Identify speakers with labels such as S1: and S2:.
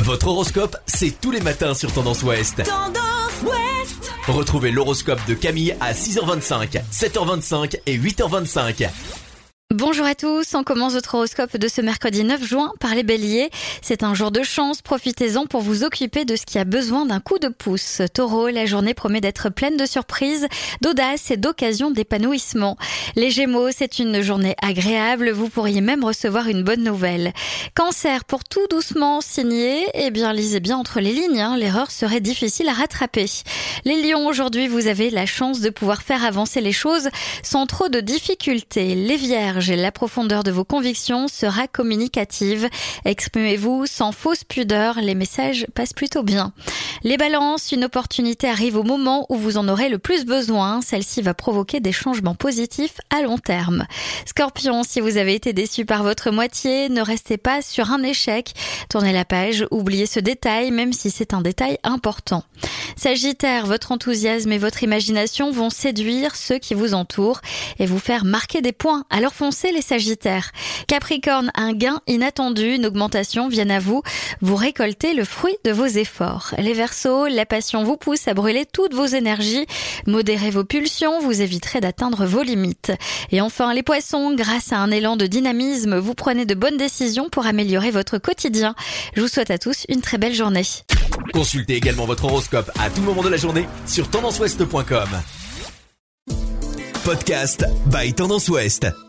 S1: Votre horoscope, c'est tous les matins sur Tendance Ouest.
S2: Tendance Ouest.
S1: Retrouvez l'horoscope de Camille à 6h25, 7h25 et 8h25.
S3: Bonjour à tous, on commence votre horoscope de ce mercredi 9 juin par les béliers. C'est un jour de chance, profitez-en pour vous occuper de ce qui a besoin d'un coup de pouce. Taureau, la journée promet d'être pleine de surprises, d'audace et d'occasions d'épanouissement. Les gémeaux, c'est une journée agréable, vous pourriez même recevoir une bonne nouvelle. Cancer, pour tout doucement signer, lisez bien entre les lignes, l'erreur serait difficile à rattraper. Les lions, aujourd'hui vous avez la chance de pouvoir faire avancer les choses sans trop de difficultés. Les vierges, la profondeur de vos convictions sera communicative. Exprimez-vous sans fausse pudeur, les messages passent plutôt bien. Les balances, une opportunité arrive au moment où vous en aurez le plus besoin. Celle-ci va provoquer des changements positifs à long terme. Scorpion, si vous avez été déçu par votre moitié, ne restez pas sur un échec. Tournez la page, oubliez ce détail, même si c'est un détail important. Sagittaire, votre enthousiasme et votre imagination vont séduire ceux qui vous entourent et vous faire marquer des points. Alors foncez les Sagittaires. Capricorne, un gain inattendu, une augmentation vient à vous. Vous récoltez le fruit de vos efforts. Les Verseaux, la passion vous pousse à brûler toutes vos énergies. Modérez vos pulsions, vous éviterez d'atteindre vos limites. Et enfin les Poissons, grâce à un élan de dynamisme, vous prenez de bonnes décisions pour améliorer votre quotidien. Je vous souhaite à tous une très belle journée.
S1: Consultez également votre horoscope à tout moment de la journée sur tendanceouest.com. Podcast by Tendance Ouest.